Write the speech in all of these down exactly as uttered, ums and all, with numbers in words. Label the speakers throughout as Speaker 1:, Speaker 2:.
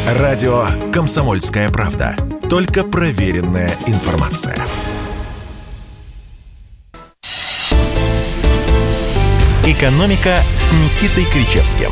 Speaker 1: Радио «Комсомольская правда». Только проверенная информация. «Экономика» с Никитой Кричевским.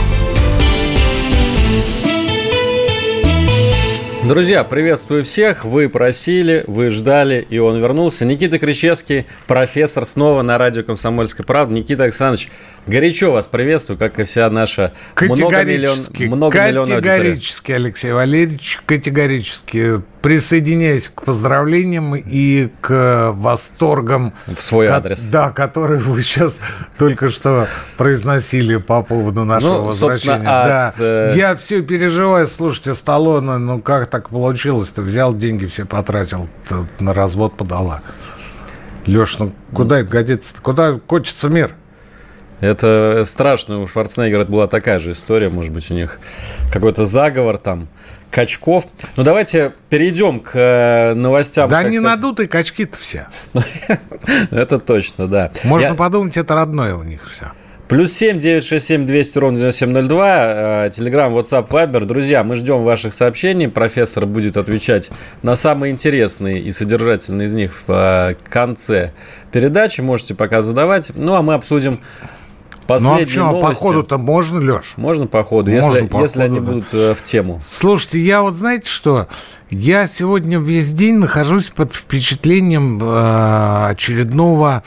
Speaker 2: Друзья, приветствую всех. Вы просили, вы ждали, и он вернулся. Никита Кричевский, профессор, снова на радио «Комсомольская правда». Никита Александрович, горячо вас приветствую, как и вся наша
Speaker 3: многомиллион, многомиллионная категорически, Алексей Валерьевич, категорически присоединяюсь к поздравлениям и к восторгам.
Speaker 2: В свой адрес.
Speaker 3: Да, которые вы сейчас только что произносили по поводу нашего ну, возвращения. Да. От... Я все переживаю, слушайте, Сталлоне, ну как так получилось-то? Взял деньги, все потратил, на развод подала. Леш, ну куда это годится-то? Куда кончится мир?
Speaker 2: Это страшно. У Шварценеггера была такая же история. Может быть, у них какой-то заговор там, качков. Ну, давайте перейдем к новостям.
Speaker 3: Да не надутые качки-то все.
Speaker 2: Это точно, да.
Speaker 3: Можно подумать, это родное у них все.
Speaker 2: Плюс семь девятьсот шестьдесят семь двести ровно девяносто семь ноль два. Телеграм, WhatsApp, Viber. Друзья, мы ждем ваших сообщений. Профессор будет отвечать на самые интересные и содержательные из них в конце передачи. Можете пока задавать. Ну, а мы обсудим последние новости. Ну, а
Speaker 3: по ходу-то можно, Леш?
Speaker 2: Можно по ходу, можно если, по если ходу, они да. будут э, в тему.
Speaker 3: Слушайте, я вот знаете что? Я сегодня весь день нахожусь под впечатлением э, очередного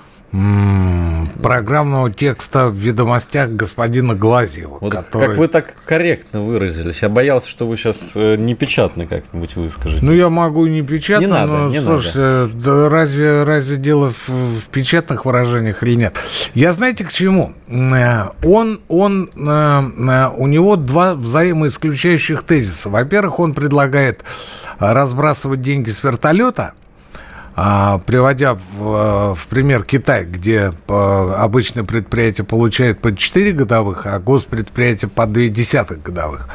Speaker 3: м- программного текста в «Ведомостях» господина Глазьева.
Speaker 2: Вот
Speaker 3: который...
Speaker 2: Как вы так корректно выразились. Я боялся, что вы сейчас э, непечатно как-нибудь выскажете.
Speaker 3: Ну, я могу и непечатно,
Speaker 2: не надо,
Speaker 3: но,
Speaker 2: не
Speaker 3: слушайте,
Speaker 2: надо.
Speaker 3: Да разве, разве дело в, в печатных выражениях или нет? Я знаете, к чему? Он, он, у него два взаимоисключающих тезиса. Во-первых, он предлагает разбрасывать деньги с вертолета, приводя в, в пример Китай, где обычное предприятие получает по четыре годовых, а госпредприятие по две десятых годовых.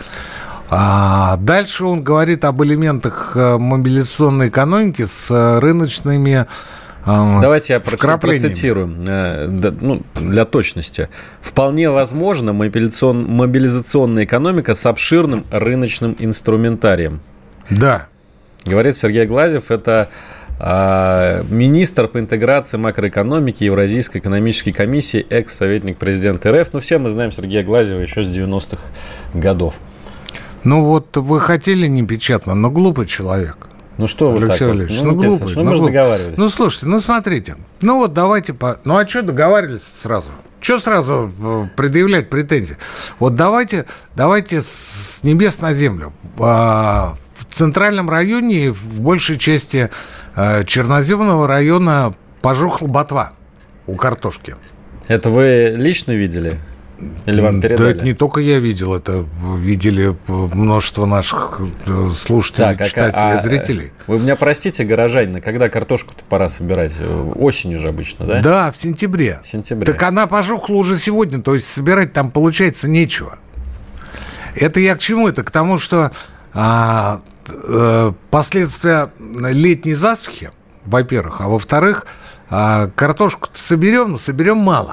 Speaker 3: А дальше он говорит об элементах мобилизационной экономики с рыночными
Speaker 2: Давайте я процитирую ну, для точности. Вполне возможно мобилизацион, мобилизационная экономика с обширным рыночным инструментарием.
Speaker 3: Да.
Speaker 2: Говорит Сергей Глазьев, это а, министр по интеграции макроэкономики Евразийской экономической комиссии, экс-советник президента РФ. Ну, все мы знаем Сергея Глазьева еще с девяностых годов.
Speaker 3: Ну, вот вы хотели непечатно, но глупый человек.
Speaker 2: Ну, что вы
Speaker 3: Алексей
Speaker 2: так
Speaker 3: Валерьевич,
Speaker 2: вот?
Speaker 3: ну,
Speaker 2: Ну,
Speaker 3: глупый.
Speaker 2: Ну,
Speaker 3: ну,
Speaker 2: мы же
Speaker 3: глупый.
Speaker 2: договаривались.
Speaker 3: Ну, слушайте, ну, смотрите. Ну, вот давайте... По... Ну, а что договаривались сразу? Что сразу предъявлять претензии? Вот давайте, давайте с небес на землю. В центральном районе, в большей части черноземного района пожухла ботва у картошки.
Speaker 2: Это вы лично видели? Или вам передали?
Speaker 3: Да это не только я видел, это видели множество наших слушателей, так, читателей, а, зрителей.
Speaker 2: Вы меня простите, горожанин, когда картошку-то пора собирать? Осенью же обычно, да?
Speaker 3: Да, в сентябре.
Speaker 2: В сентябре.
Speaker 3: Так она пожухла уже сегодня, то есть собирать там получается нечего. Это я к чему? Это к тому, что а, а, последствия летней засухи, во-первых, а во-вторых, а, картошку-то соберем, но соберем мало.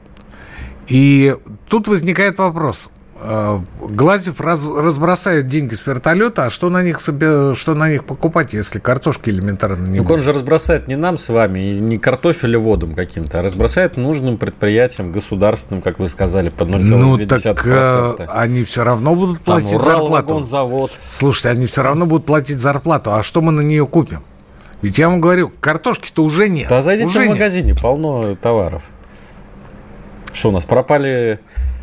Speaker 3: И тут возникает вопрос. Глазьев раз, разбросает деньги с вертолета, а что на них, что на них покупать, если картошки элементарно не
Speaker 2: будет?
Speaker 3: Ну,
Speaker 2: он же разбросает не нам с вами, и не картофелеводом каким-то, а разбросает нужным предприятиям государственным, как вы сказали, под ноль целых две десятых процента.
Speaker 3: Ну, так они все равно будут платить
Speaker 2: Там, Урал,
Speaker 3: зарплату.
Speaker 2: Вагонзавод.
Speaker 3: Слушайте, они все равно будут платить зарплату. А что мы на нее купим? Ведь я вам говорю, картошки-то уже нет.
Speaker 2: Да зайдите
Speaker 3: уже
Speaker 2: в магазине, нет. Полно товаров. Что у нас, пропали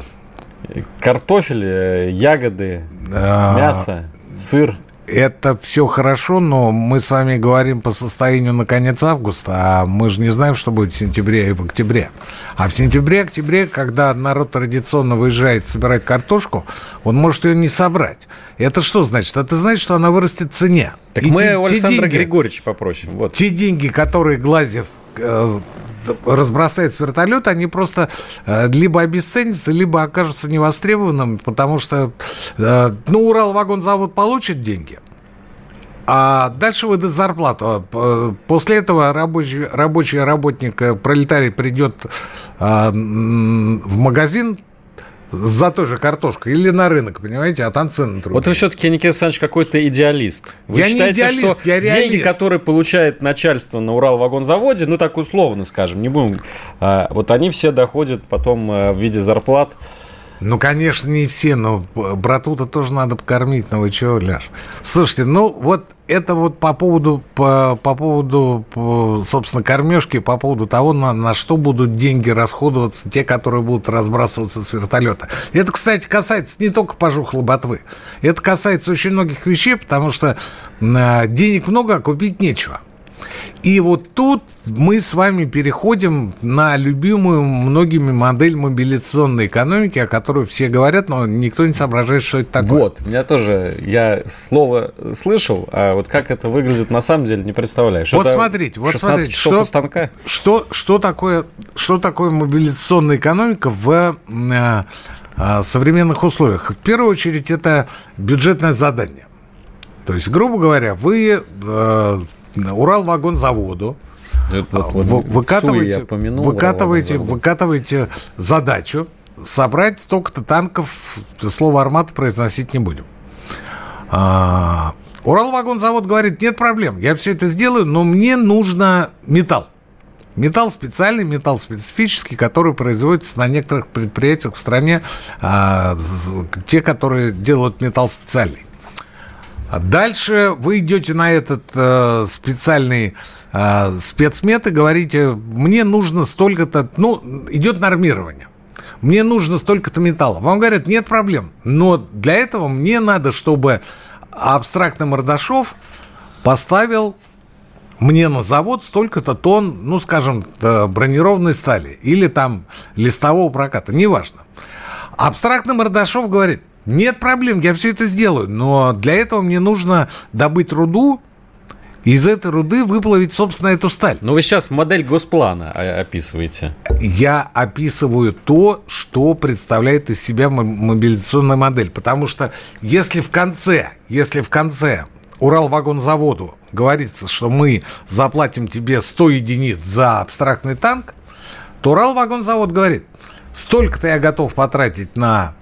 Speaker 2: картофель, ягоды, а, мясо, сыр?
Speaker 3: Это все хорошо, но мы с вами говорим по состоянию на конец августа, а мы же не знаем, что будет в сентябре и в октябре. А в сентябре-октябре, когда народ традиционно выезжает собирать картошку, он может ее не собрать. Это что значит? Это значит, что она вырастет в цене.
Speaker 2: Так и мы те, у Александра деньги, Григорьевича попросим. Вот.
Speaker 3: Те деньги, которые Глазьев э, разбросает с вертолета, они просто э, либо обесценятся, либо окажутся невостребованными, потому что э, ну, Урал-Вагонзавод получит деньги, а дальше выдаст зарплату. После этого рабочий, рабочий работник, пролетарий придет э, в магазин, за той же картошкой или на рынок, понимаете, а там цены другие.
Speaker 2: Вот вы все-таки, Никита Александрович, какой-то идеалист. Вы
Speaker 3: я
Speaker 2: считаете,
Speaker 3: не идеалист,
Speaker 2: что
Speaker 3: я реалист.
Speaker 2: деньги, которые получает начальство на Уралвагонзаводе, ну так условно скажем, не будем, а, вот они все доходят потом а, в виде зарплат.
Speaker 3: Ну, конечно, не все, но брату-то тоже надо покормить, ну вы чего, Ляш? Слушайте, ну вот это вот по поводу, по, по поводу, по, собственно, кормежки, по поводу того, на, на что будут деньги расходоваться, те, которые будут разбрасываться с вертолета. Это, кстати, касается не только пожухлой ботвы, это касается очень многих вещей, потому что э, денег много, а купить нечего. И вот тут мы с вами переходим на любимую многими модель мобилизационной экономики, о которой все говорят, но никто не соображает, что это такое.
Speaker 2: Вот, у меня тоже, я слово слышал, а вот как это выглядит на самом деле, не представляю.
Speaker 3: Вот смотрите, вот смотрите, что, что, что, такое, что такое мобилизационная экономика в э, э, современных условиях. В первую очередь, это бюджетное задание. То есть, грубо говоря, вы... Э, Уралвагонзаводу
Speaker 2: вот, вот,
Speaker 3: выкатываете,
Speaker 2: помянул,
Speaker 3: выкатываете, выкатываете задачу собрать столько-то танков, слово «Армата» произносить не будем. А, Уралвагонзавод говорит, нет проблем, я все это сделаю, но мне нужно металл. Металл специальный, металл специфический, который производится на некоторых предприятиях в стране, а, те, которые делают металл специальный. Дальше вы идете на этот э, специальный э, спецмет и говорите, мне нужно столько-то, ну, идет нормирование, мне нужно столько-то металла. Вам говорят, нет проблем, но для этого мне надо, чтобы абстрактный Мордашов поставил мне на завод столько-то тонн, ну, скажем, бронированной стали или там листового проката, неважно. Абстрактный Мордашов говорит, нет проблем, я все это сделаю, но для этого мне нужно добыть руду, и из этой руды выплавить, собственно, эту сталь.
Speaker 2: Ну, вы сейчас модель госплана описываете.
Speaker 3: Я описываю то, что представляет из себя мобилизационная модель, потому что если в конце, если в конце Уралвагонзаводу говорится, что мы заплатим тебе сто единиц за абстрактный танк, то Уралвагонзавод говорит, столько-то я готов потратить на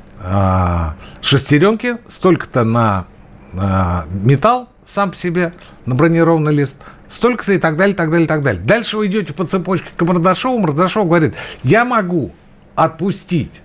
Speaker 3: шестеренки, столько-то на а, металл сам по себе, на бронированный лист, столько-то и так далее, так далее, так далее. Дальше вы идете по цепочке к Мордашову, Мордашов говорит, я могу отпустить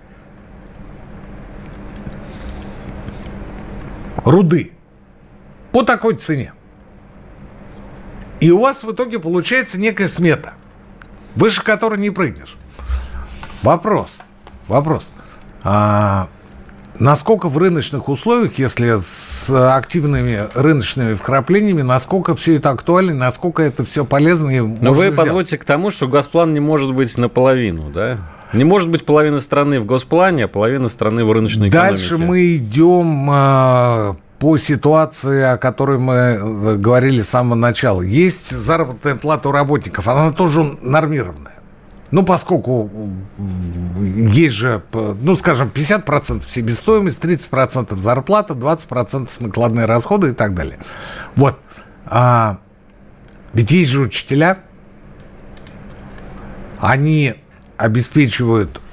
Speaker 3: руды по такой цене. И у вас в итоге получается некая смета, выше которой не прыгнешь. Вопрос, вопрос. А, насколько в рыночных условиях, если с активными рыночными вкраплениями, насколько все это актуально, насколько это все полезно и можно
Speaker 2: Но вы
Speaker 3: сделать?
Speaker 2: подводите к тому, что Госплан не может быть наполовину, да? Не может быть половина страны в Госплане, а половина страны в рыночной экономике.
Speaker 3: Дальше мы идем а, по ситуации, о которой мы говорили с самого начала. Есть заработная плата у работников, она тоже нормированная. Ну, поскольку есть же, ну, скажем, пятьдесят процентов себестоимость, тридцать процентов зарплата, двадцать процентов накладные расходы и так далее. Вот. А, ведь есть же учителя, они обеспечивают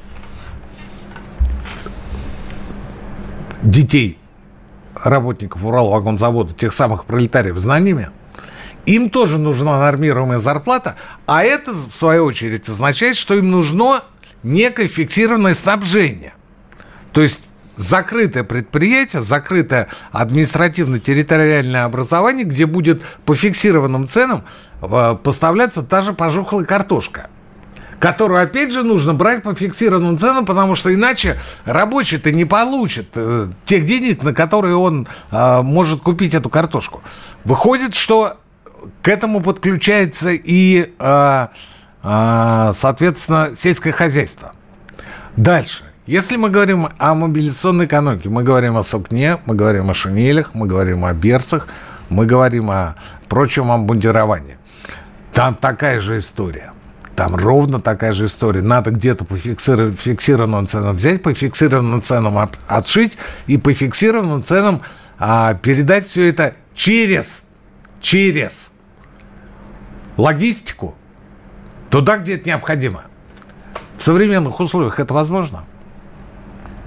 Speaker 3: детей работников Уралвагонзавода, тех самых пролетариев, знаниями. Им тоже нужна нормируемая зарплата, а это, в свою очередь, означает, что им нужно некое фиксированное снабжение. То есть закрытое предприятие, закрытое административно-территориальное образование, где будет по фиксированным ценам поставляться та же пожухлая картошка, которую, опять же, нужно брать по фиксированным ценам, потому что иначе рабочий-то не получит э, тех денег, на которые он э, может купить эту картошку. Выходит, что к этому подключается и, э, э, соответственно, сельское хозяйство. Дальше. Если мы говорим о мобилизационной экономике, мы говорим о сукне, мы говорим о шинелях, мы говорим о берцах, мы говорим о прочем обмундировании. Там такая же история. Там ровно такая же история. Надо где-то по фиксированным ценам взять, по фиксированным ценам от, отшить и по фиксированным ценам а, передать все это через, через логистику туда, где это необходимо. В современных условиях это возможно?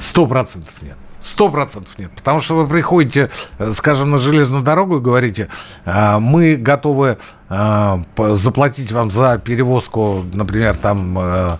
Speaker 3: Сто процентов нет. Сто процентов нет. Потому что вы приходите, скажем, на железную дорогу и говорите, мы готовы заплатить вам за перевозку, например, там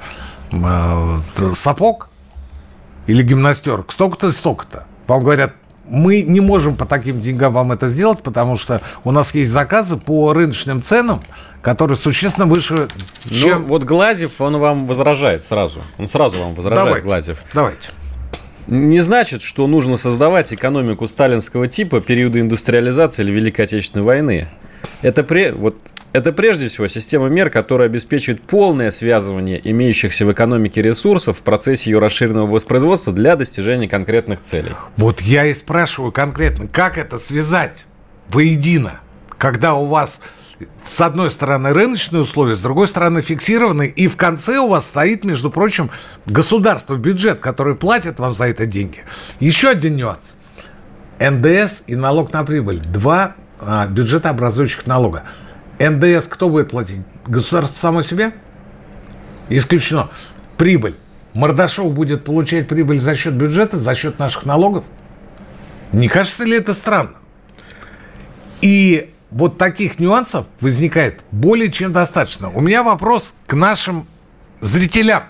Speaker 3: сапог или гимнастерок столько-то и столько-то. Вам говорят, мы не можем по таким деньгам вам это сделать, потому что у нас есть заказы по рыночным ценам, которые существенно выше, чем...
Speaker 2: Ну, вот Глазьев, он вам возражает сразу. Он сразу вам возражает,
Speaker 3: давайте,
Speaker 2: Глазьев.
Speaker 3: Давайте.
Speaker 2: Не значит, что нужно создавать экономику сталинского типа периода индустриализации или Великой Отечественной войны. Это, пре... вот, это прежде всего система мер, которая обеспечивает полное связывание имеющихся в экономике ресурсов в процессе ее расширенного воспроизводства для достижения конкретных целей.
Speaker 3: Вот я и спрашиваю конкретно, как это связать воедино, когда у вас с одной стороны рыночные условия, с другой стороны фиксированные, и в конце у вас стоит, между прочим, государство, бюджет, который платит вам за это деньги. Еще один нюанс. эн дэ эс и налог на прибыль. Два а, бюджетообразующих налога. эн дэ эс кто будет платить? Государство само себе? Исключено. Прибыль. Мордашов будет получать прибыль за счет бюджета, за счет наших налогов? Не кажется ли это странно? И вот таких нюансов возникает более чем достаточно. У меня вопрос к нашим зрителям.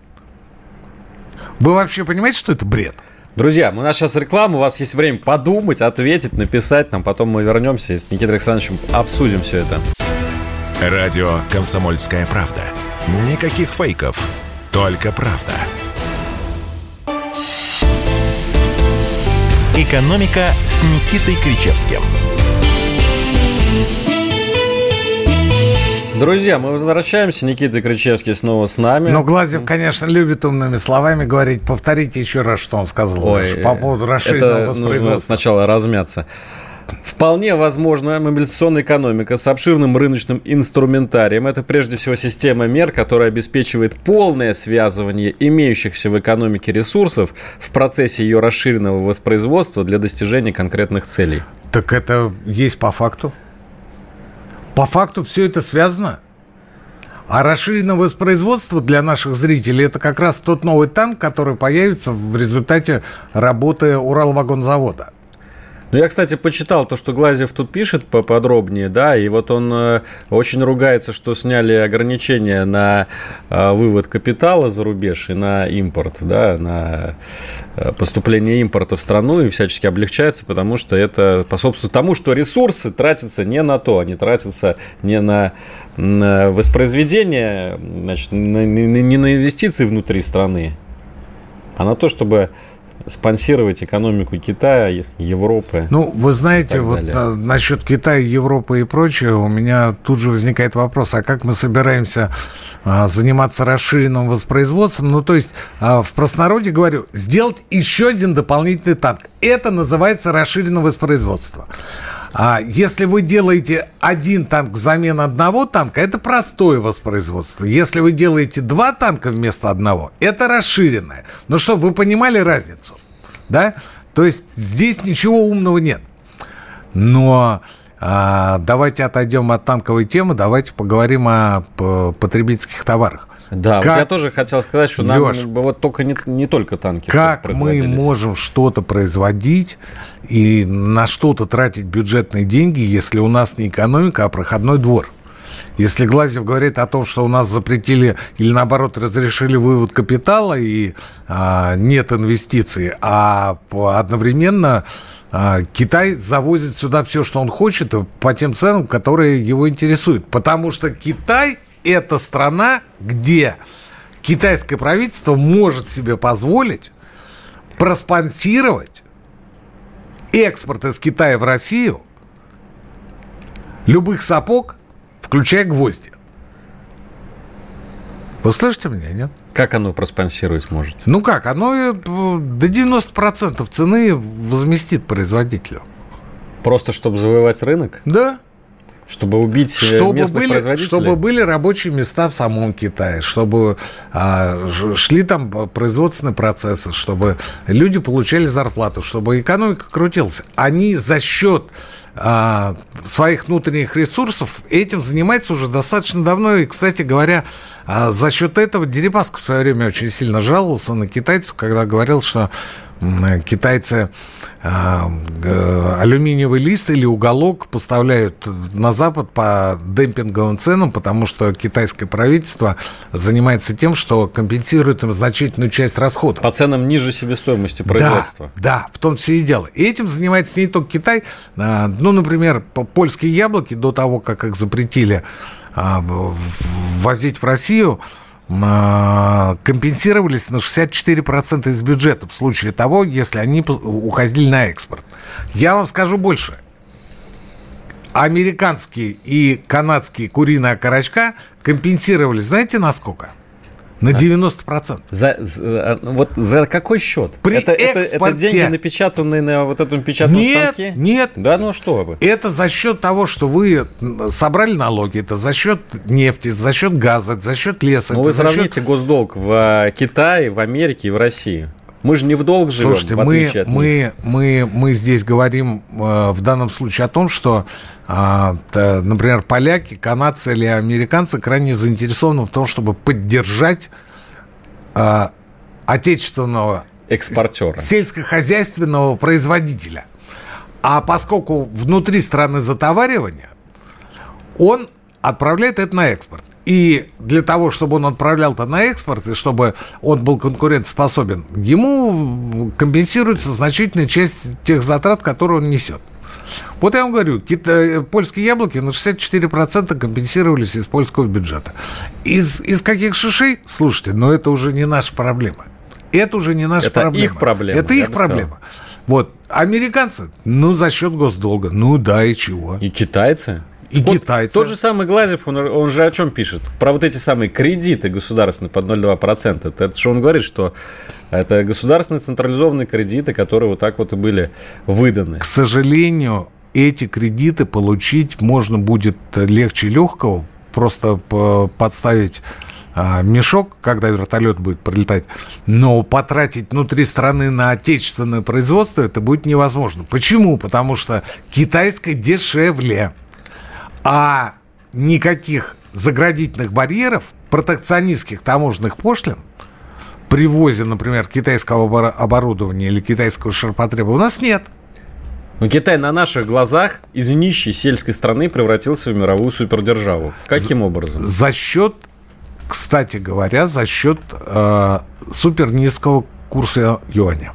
Speaker 3: Вы вообще понимаете, что это бред?
Speaker 2: Друзья, у нас сейчас реклама, у вас есть время подумать, ответить, написать нам, потом мы вернемся и с Никитой Александровичем обсудим все это.
Speaker 1: Радио «Комсомольская правда». Никаких фейков, только правда. «Экономика» с Никитой Кричевским.
Speaker 2: Друзья, мы возвращаемся. Никита Кричевский снова с нами.
Speaker 3: Но Глазьев, конечно, любит умными словами говорить. Повторите еще раз, что он сказал.
Speaker 2: Ой,
Speaker 3: по поводу расширенного воспроизводства.
Speaker 2: Нужно сначала размяться. Вполне возможно, мобилизационная экономика с обширным рыночным инструментарием – это прежде всего система мер, которая обеспечивает полное связывание имеющихся в экономике ресурсов в процессе ее расширенного воспроизводства для достижения конкретных целей.
Speaker 3: Так это есть по факту? По факту все это связано. А расширенное воспроизводство для наших зрителей – это как раз тот новый танк, который появится в результате работы Уралвагонзавода.
Speaker 2: Ну, я, кстати, почитал то, что Глазьев тут пишет поподробнее, да, и вот он э, очень ругается, что сняли ограничения на э, вывод капитала за рубеж и на импорт, да, на э, поступление импорта в страну, и всячески облегчается, потому что это способствует тому, что ресурсы тратятся не на то, они тратятся не на, на воспроизведение, значит, на, не, не на инвестиции внутри страны, а на то, чтобы спонсировать экономику Китая, Европы.
Speaker 3: Ну, вы знаете, вот на, насчет Китая, Европы и прочее, у меня тут же возникает вопрос, а как мы собираемся а, заниматься расширенным воспроизводством? Ну, то есть, а, в простонародье говорю, сделать еще один дополнительный танк. Это называется расширенное воспроизводство. А если вы делаете один танк взамен одного танка, это простое воспроизводство. Если вы делаете два танка вместо одного, это расширенное. Ну, чтобы вы понимали разницу, да? То есть здесь ничего умного нет. Но а, давайте отойдем от танковой темы, давайте поговорим о потребительских товарах.
Speaker 2: Да,
Speaker 3: как,
Speaker 2: вот я тоже хотел сказать, что нам Леш, вот только не, не только танки.
Speaker 3: Как мы можем что-то производить и на что-то тратить бюджетные деньги, если у нас не экономика, а проходной двор? Если Глазьев говорит о том, что у нас запретили или, наоборот, разрешили вывод капитала и а, нет инвестиций, а одновременно а, Китай завозит сюда все, что он хочет, по тем ценам, которые его интересуют. Потому что Китай – это страна, где китайское правительство может себе позволить проспонсировать экспорт из Китая в Россию любых сапог, включая гвозди. Вы слышите меня, нет?
Speaker 2: Как оно проспонсировать может?
Speaker 3: Ну как, оно до девяносто процентов цены возместит производителю.
Speaker 2: Просто чтобы завоевать рынок?
Speaker 3: Да.
Speaker 2: Чтобы убить
Speaker 3: чтобы
Speaker 2: местных
Speaker 3: были,
Speaker 2: производителей?
Speaker 3: Чтобы были рабочие места в самом Китае, чтобы а, шли там производственные процессы, чтобы люди получали зарплату, чтобы экономика крутилась. Они за счет а, своих внутренних ресурсов этим занимается уже достаточно давно. И, кстати говоря, а, за счет этого Дерипаска в свое время очень сильно жаловался на китайцев, когда говорил, что китайцы а, алюминиевый лист или уголок поставляют на Запад по демпинговым ценам, потому что китайское правительство занимается тем, что компенсирует им значительную часть расходов.
Speaker 2: По ценам ниже себестоимости производства.
Speaker 3: Да, да, в том все и дело. И этим занимается не только Китай. А, ну, например, польские яблоки до того, как их запретили а, возить в Россию, компенсировались на шестьдесят четыре процента из бюджета в случае того, если они уходили на экспорт. Я вам скажу больше. Американские и канадские куриные окорочка компенсировались, знаете, на сколько? На девяносто процентов.
Speaker 2: За, за, вот за какой счет?
Speaker 3: При
Speaker 2: это, это, это деньги, напечатанные на вот этом печатном
Speaker 3: нет,
Speaker 2: станке?
Speaker 3: Нет,
Speaker 2: да, ну что вы.
Speaker 3: Это за счет того, что вы собрали налоги, это за счет нефти, за счет газа, за счет леса.
Speaker 2: Ну вы сравните счет... госдолг в Китае, в Америке и в России. Мы же не в долг живем.
Speaker 3: Слушайте, мы, мы, мы, мы здесь говорим э, в данном случае о том, что, э, то, например, поляки, канадцы или американцы крайне заинтересованы в том, чтобы поддержать э, отечественного
Speaker 2: экспортера,
Speaker 3: сельскохозяйственного производителя. А поскольку внутри страны затоваривание, он отправляет это на экспорт. И для того, чтобы он отправлял это на экспорт, и чтобы он был конкурентоспособен, ему компенсируется значительная часть тех затрат, которые он несет. Вот я вам говорю, кита... польские яблоки на шестьдесят четыре процента компенсировались из польского бюджета. Из, из каких шишей? Слушайте, но это уже не наша проблема. Это уже не наша
Speaker 2: это
Speaker 3: проблема.
Speaker 2: Их проблема.
Speaker 3: Это их проблема. Вот. Американцы, ну, за счет госдолга. Ну, да, и чего?
Speaker 2: И китайцы?
Speaker 3: И
Speaker 2: вот
Speaker 3: китайцы.
Speaker 2: Тот же самый Глазьев, он, он же о чем пишет? Про вот эти самые кредиты государственные под ноль целых два десятых процента. Это, это же он говорит, что это государственные централизованные кредиты, которые вот так вот и были выданы.
Speaker 3: К сожалению, эти кредиты получить можно будет легче легкого. Просто подставить а, мешок, когда вертолет будет пролетать. Но потратить внутри страны на отечественное производство это будет невозможно. Почему? Потому что китайское дешевле. А никаких заградительных барьеров, протекционистских таможенных пошлин при ввозе, например, китайского оборудования или китайского ширпотреба у нас нет.
Speaker 2: Но Китай на наших глазах из нищей сельской страны превратился в мировую супердержаву. Каким за, образом?
Speaker 3: За счет, кстати говоря, за счет э, супернизкого курса юаня.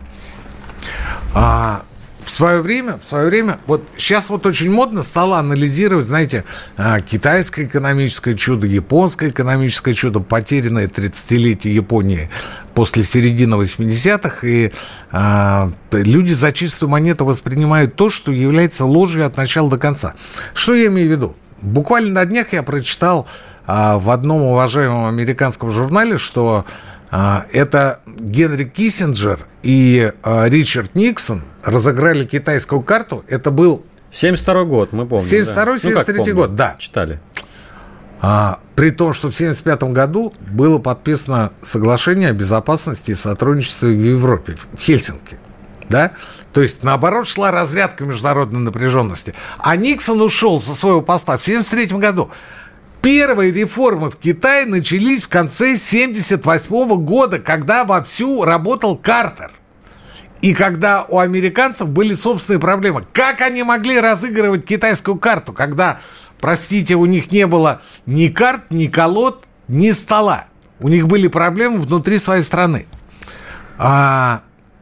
Speaker 3: А, В свое время, в свое время, вот сейчас вот очень модно стало анализировать, знаете, китайское экономическое чудо, японское экономическое чудо, потерянное тридцатилетие Японии после середины восьмидесятых, и а, люди за чистую монету воспринимают то, что является ложью от начала до конца. Что я имею в виду? Буквально на днях я прочитал а, в одном уважаемом американском журнале, что это Генри Киссинджер и Ричард Никсон разыграли китайскую карту. Это был...
Speaker 2: семьдесят второй год, мы помним.
Speaker 3: семьдесят второй семьдесят третий
Speaker 2: ну,
Speaker 3: год, да.
Speaker 2: Читали.
Speaker 3: А, при том, что в семьдесят пятом году было подписано соглашение о безопасности и сотрудничестве в Европе, в Хельсинки. Да? То есть, наоборот, шла разрядка международной напряженности. А Никсон ушел со своего поста в семьдесят третьем году. Первые реформы в Китае начались в конце семьдесят восьмого года, когда вовсю работал Картер. И когда у американцев были собственные проблемы. Как они могли разыгрывать китайскую карту, когда, простите, у них не было ни карт, ни колод, ни стола? У них были проблемы внутри своей страны. А...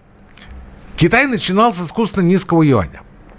Speaker 3: Китай начинал с искусственно низкого юаня.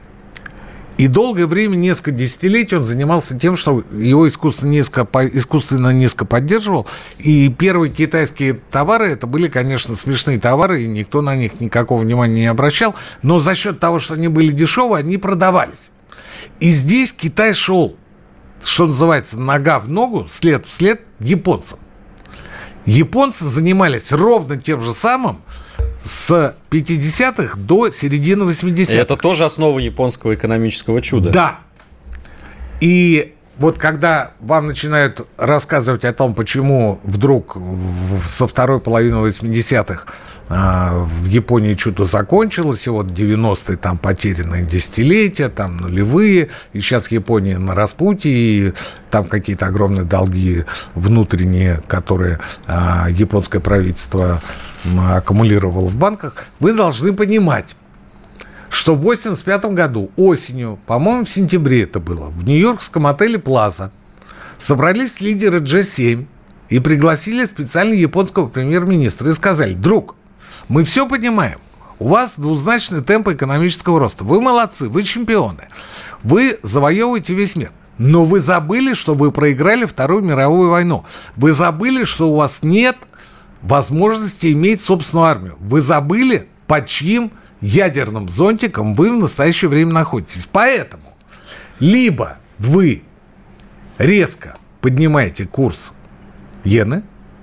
Speaker 3: И долгое время, несколько десятилетий, он занимался тем, что его искусственно низко, искусственно низко поддерживал. И первые китайские товары, это были, конечно, смешные товары, и никто на них никакого внимания не обращал. Но за счет того, что они были дешевые, они продавались. И здесь Китай шел, что называется, нога в ногу, след в след японцам. Японцы занимались ровно тем же самым с пятидесятых до середины восьмидесятых.
Speaker 2: И это тоже основа японского экономического чуда.
Speaker 3: Да. И вот когда вам начинают рассказывать о том, почему вдруг со второй половины восьмидесятых в Японии что-то закончилось, и вот девяностые там потерянные десятилетия, там нулевые, и сейчас Япония на распутье, и там какие-то огромные долги внутренние, которые а, японское правительство а, аккумулировало в банках, вы должны понимать, что в восемьдесят пятом году осенью, по-моему, в сентябре это было, в нью-йоркском отеле «Плаза» собрались лидеры джи семь и пригласили специально японского премьер-министра и сказали: друг, мы все понимаем. У вас двузначный темп экономического роста. Вы молодцы, вы чемпионы. Вы завоевываете весь мир. Но вы забыли, что вы проиграли Вторую мировую войну. Вы забыли, что у вас нет возможности иметь собственную армию. Вы забыли, под чьим ядерным зонтиком вы в настоящее время находитесь. Поэтому либо вы резко поднимаете курс иены,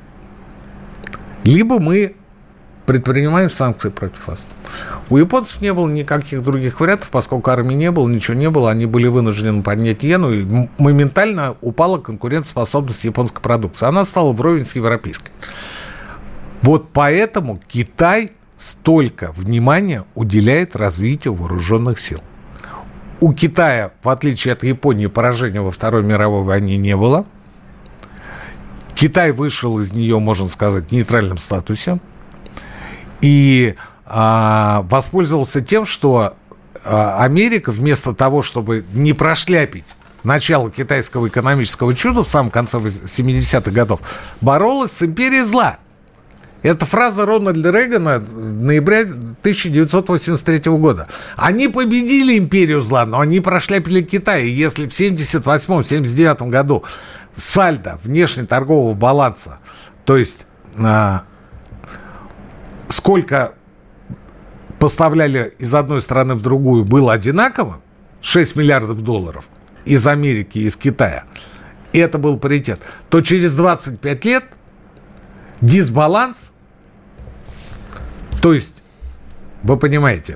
Speaker 3: либо мы предпринимаем санкции против вас. У японцев не было никаких других вариантов, поскольку армии не было, ничего не было, они были вынуждены поднять иену, и моментально упала конкурентоспособность японской продукции. Она стала вровень с европейской. Вот поэтому Китай столько внимания уделяет развитию вооруженных сил. У Китая, в отличие от Японии, поражения во Второй мировой войне не было. Китай вышел из нее, можно сказать, в нейтральном статусе. И а, воспользовался тем, что а, Америка вместо того, чтобы не прошляпить начало китайского экономического чуда в самом конце семидесятых годов, боролась с империей зла. Это фраза Рональда Рейгана ноября тысяча девятьсот восемьдесят третьего года. Они победили империю зла, но они прошляпили Китай. И если в семьдесят восьмом - семьдесят девятом году сальдо внешнеторгового баланса, то есть а, сколько поставляли из одной страны в другую, было одинаково, шесть миллиардов долларов из Америки и из Китая, и это был паритет, то через двадцать пять лет дисбаланс, то есть, вы понимаете,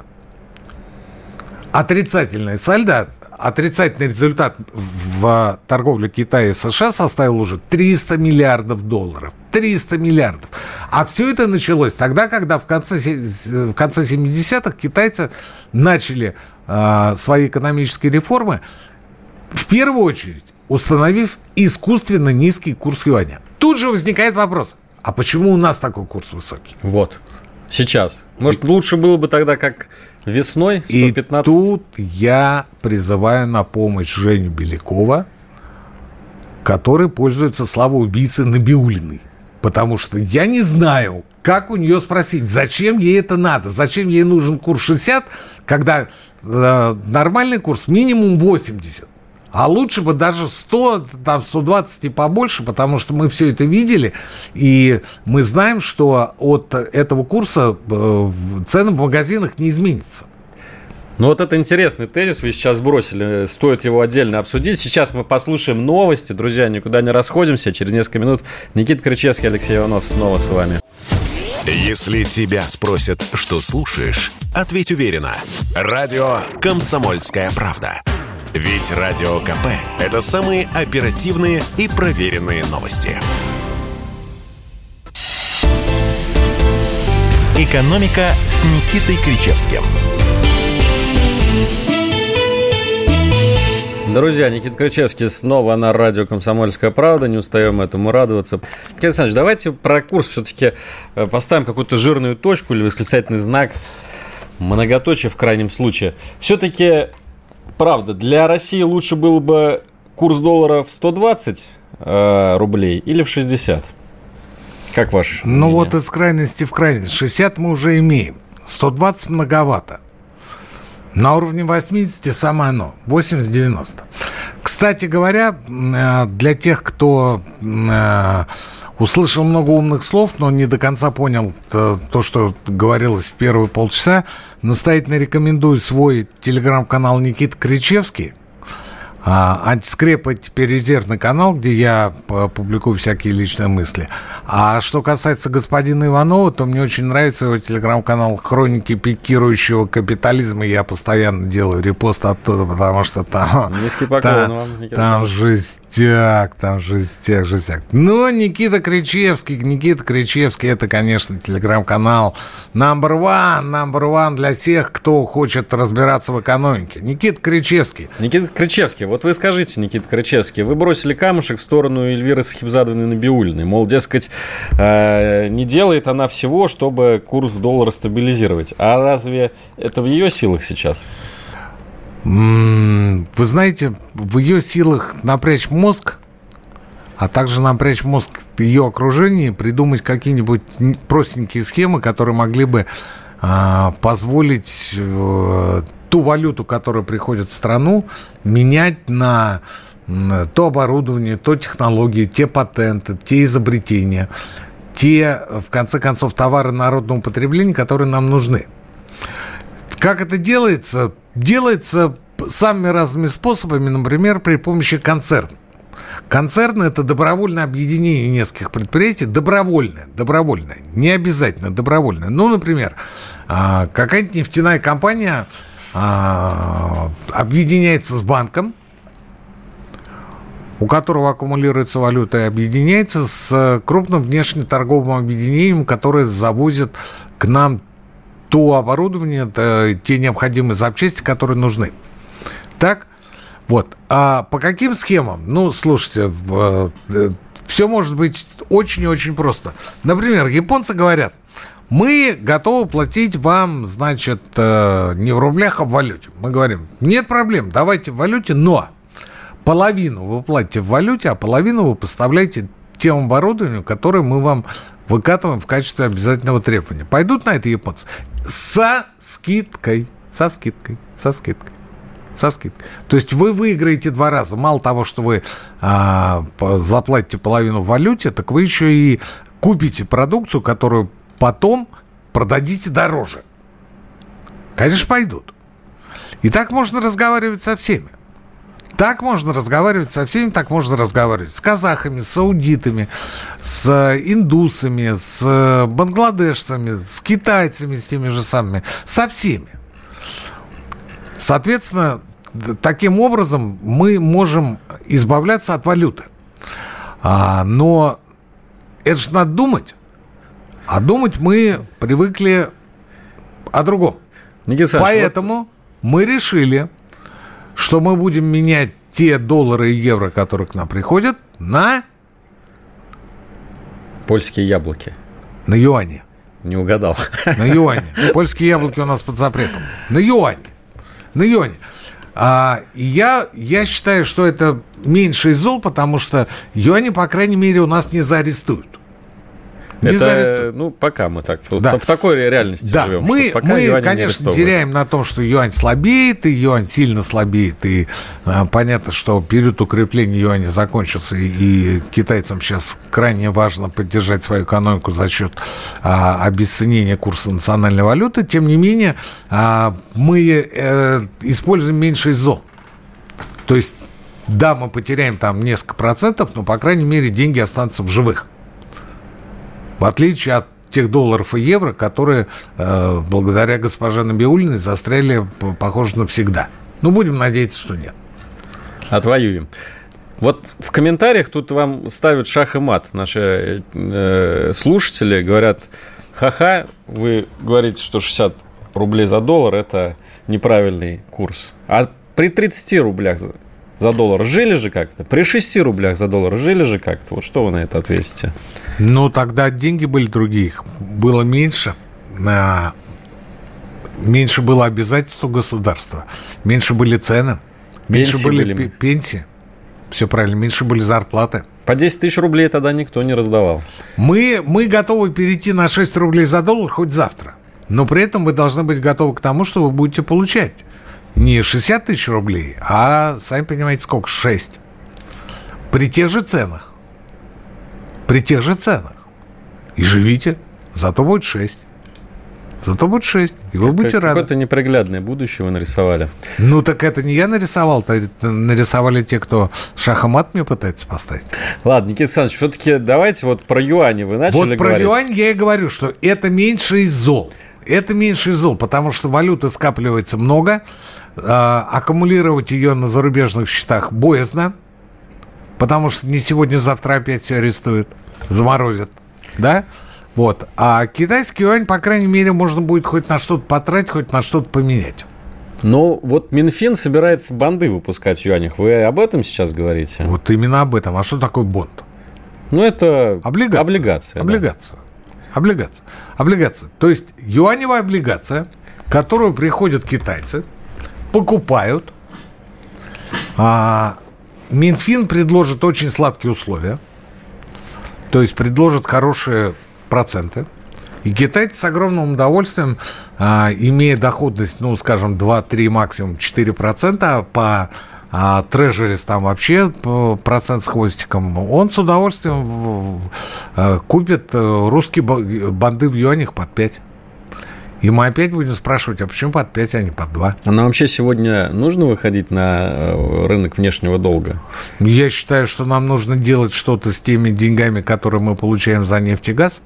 Speaker 3: отрицательное сальдо, отрицательный результат в торговле Китая и США составил уже триста миллиардов долларов. триста миллиардов. А все это началось тогда, когда в конце, в конце семидесятых китайцы начали э, свои экономические реформы, в первую очередь установив искусственно низкий курс юаня. Тут же возникает вопрос: а почему у нас такой курс высокий?
Speaker 2: Вот. Сейчас. Может, лучше было бы тогда, как весной, сто пятнадцать?
Speaker 3: И тут я призываю на помощь Женю Белякова, который пользуется славой убийцы Набиуллиной. Потому что я не знаю, как у нее спросить, зачем ей это надо, зачем ей нужен курс шестьдесят, когда э, нормальный курс минимум восемьдесят. А лучше бы даже сто, там сто двадцать и побольше, потому что мы все это видели, и мы знаем, что от этого курса э, цены в магазинах не изменятся.
Speaker 2: Ну вот это интересный тезис, вы сейчас бросили, стоит его отдельно обсудить. Сейчас мы послушаем новости, друзья, никуда не расходимся. Через несколько минут Никита Кричевский, Алексей Иванов снова с вами.
Speaker 1: Если тебя спросят, что слушаешь, ответь уверенно. Радио «Комсомольская правда». Ведь Радио КП – это самые оперативные и проверенные новости. «Экономика» с Никитой Кричевским.
Speaker 2: Друзья, Никита Кричевский снова на радио «Комсомольская правда». Не устаем этому радоваться. Никита Александрович, давайте про курс все-таки поставим какую-то жирную точку или восклицательный знак, многоточие в крайнем случае. Все-таки, правда, для России лучше было бы курс доллара в сто двадцать э, рублей или в шестьдесят? Как ваш мнение?
Speaker 3: Ну вот из крайности в крайность. шестьдесят мы уже имеем. сто двадцать многовато. На уровне восемьдесят самое оно, восемьдесят девяносто. Кстати говоря, для тех, кто услышал много умных слов, но не до конца понял то, что говорилось в первые полчаса, настоятельно рекомендую свой телеграм-канал Никита Кричевский. А, антискреп — это теперь резервный канал, где я публикую всякие личные мысли. А что касается господина Иванова, то мне очень нравится его телеграм-канал «Хроники пикирующего капитализма». Я постоянно делаю репост оттуда, потому что там...
Speaker 2: Низкий поклон
Speaker 3: там,
Speaker 2: вам, Никита.
Speaker 3: Там жестяк, там жестяк, жестяк. Но Никита Кричевский, Никита Кричевский — это, конечно, телеграм-канал number one, number one для всех, кто хочет разбираться в экономике. Никита Кричевский.
Speaker 2: Никита Кричевский, вот вы скажите, Никита Кричевский, вы бросили камушек в сторону Эльвиры Сахибзадовны Набиуллиной, мол, дескать, э, не делает она всего, чтобы курс доллара стабилизировать. А разве это в ее силах сейчас?
Speaker 3: Вы знаете, в ее силах напрячь мозг, а также напрячь мозг ее окружения, придумать какие-нибудь простенькие схемы, которые могли бы э, позволить э, ту валюту, которая приходит в страну, менять на то оборудование, то технологии, те патенты, те изобретения, те, в конце концов, товары народного потребления, которые нам нужны. Как это делается? Делается самыми разными способами, например, при помощи концерна. Концерн – это добровольное объединение нескольких предприятий, добровольное, добровольное, не обязательно добровольное. Ну, например, какая-нибудь нефтяная компания объединяется с банком, у которого аккумулируется валюта, и объединяется с крупным внешнеторговым объединением, которое завозит к нам то оборудование, те необходимые запчасти, которые нужны. Так? Вот. А по каким схемам? Ну, слушайте, все может быть очень и очень просто. Например, японцы говорят: мы готовы платить вам, значит, не в рублях, а в валюте. Мы говорим: нет проблем, давайте в валюте, но половину вы платите в валюте, а половину вы поставляете тем оборудованием, которое мы вам выкатываем в качестве обязательного требования. Пойдут на это японцы? Со скидкой, со скидкой, со скидкой. Со скидкой. То есть вы выиграете два раза. Мало того, что вы а, заплатите половину в валюте, так вы еще и купите продукцию, которую потом продадите дороже. Конечно, пойдут. И так можно разговаривать со всеми. Так можно разговаривать со всеми, так можно разговаривать с казахами, с саудитами, с индусами, с бангладешцами, с китайцами, с теми же самыми, со всеми. Соответственно, таким образом мы можем избавляться от валюты. А, но это же надо думать. А думать мы привыкли о другом.
Speaker 2: Никита,
Speaker 3: Поэтому вот... мы решили, что мы будем менять те доллары и евро, которые к нам приходят, на...
Speaker 2: Польские яблоки.
Speaker 3: На юане.
Speaker 2: Не угадал.
Speaker 3: На юане. Польские яблоки у нас под запретом. На юане. На юане. А, я, я считаю, что это меньше из зол, потому что юани, по крайней мере, у нас не заарестуют. Не
Speaker 2: это,
Speaker 3: заарестуют.
Speaker 2: ну, пока мы так,
Speaker 3: да.
Speaker 2: в такой реальности
Speaker 3: да.
Speaker 2: живем.
Speaker 3: Мы,
Speaker 2: пока
Speaker 3: мы конечно, теряем на том, что юань слабеет, и юань сильно слабеет, и а, понятно, что период укрепления юаня закончился, и, и китайцам сейчас крайне важно поддержать свою экономику за счет а, обесценения курса национальной валюты. Тем не менее, а, мы э, используем меньше из зол. То есть, да, мы потеряем там несколько процентов, но, по крайней мере, деньги останутся в живых. В отличие от тех долларов и евро, которые э, благодаря госпоже Набиуллиной застряли, похоже, навсегда. Ну, будем надеяться, что нет.
Speaker 2: Отвоюем. Вот в комментариях тут вам ставят шах и мат наши э, слушатели. Говорят: ха-ха, вы говорите, что шестьдесят рублей за доллар – это неправильный курс. А при тридцати рублях за, за доллар жили же как-то? При шести рублях за доллар жили же как-то? Вот что вы на это ответите?
Speaker 3: Ну, тогда деньги были другие, их было меньше, меньше было обязательств у государства, меньше были цены, меньше
Speaker 2: пенсии
Speaker 3: были,
Speaker 2: были
Speaker 3: пенсии, все правильно, меньше были зарплаты.
Speaker 2: По десять тысяч рублей тогда никто не раздавал.
Speaker 3: Мы, мы готовы перейти на шесть рублей за доллар хоть завтра, но при этом вы должны быть готовы к тому, что вы будете получать не шестьдесят тысяч рублей, а, сами понимаете, сколько, шесть. При тех же ценах. При тех же ценах. И живите, зато будет шесть. Зато будет шесть. И вы будете рады.
Speaker 2: Какое-то неприглядное будущее вы нарисовали.
Speaker 3: Ну, так это не я нарисовал, это нарисовали те, кто шах и мат мне пытается поставить.
Speaker 2: Ладно, Никита Александрович, все-таки давайте вот про юани вы начали
Speaker 3: вот
Speaker 2: говорить.
Speaker 3: Вот про юань я и говорю, что это меньше из зол. Это меньше из зол, потому что валюты скапливается много, э, аккумулировать ее на зарубежных счетах боязно, потому что не сегодня-завтра опять все арестуют, заморозят, да? Вот. А китайский юань, по крайней мере, можно будет хоть на что-то потратить, хоть на что-то поменять.
Speaker 2: Ну, вот Минфин собирается бонды выпускать в юанях. Вы об этом сейчас говорите?
Speaker 3: Вот именно об этом. А что такое бонд?
Speaker 2: Ну, это
Speaker 3: облигация.
Speaker 2: Облигация.
Speaker 3: Облигация. Да. Облигация. Облигация. То есть юаневая облигация, в которую приходят китайцы, покупают. А Минфин предложит очень сладкие условия. То есть предложит хорошие проценты. И китайцы с огромным удовольствием, а, имея доходность, ну, скажем, два-три, максимум четыре процента, по а, трежерис там вообще процент с хвостиком, он с удовольствием а, купит русские бонды в юанях под пять. И мы опять будем спрашивать, а почему под пять, а не под два?
Speaker 2: А нам вообще сегодня нужно выходить на рынок внешнего долга?
Speaker 3: Я считаю, что нам нужно делать что-то с теми деньгами, которые мы получаем за нефть и газ.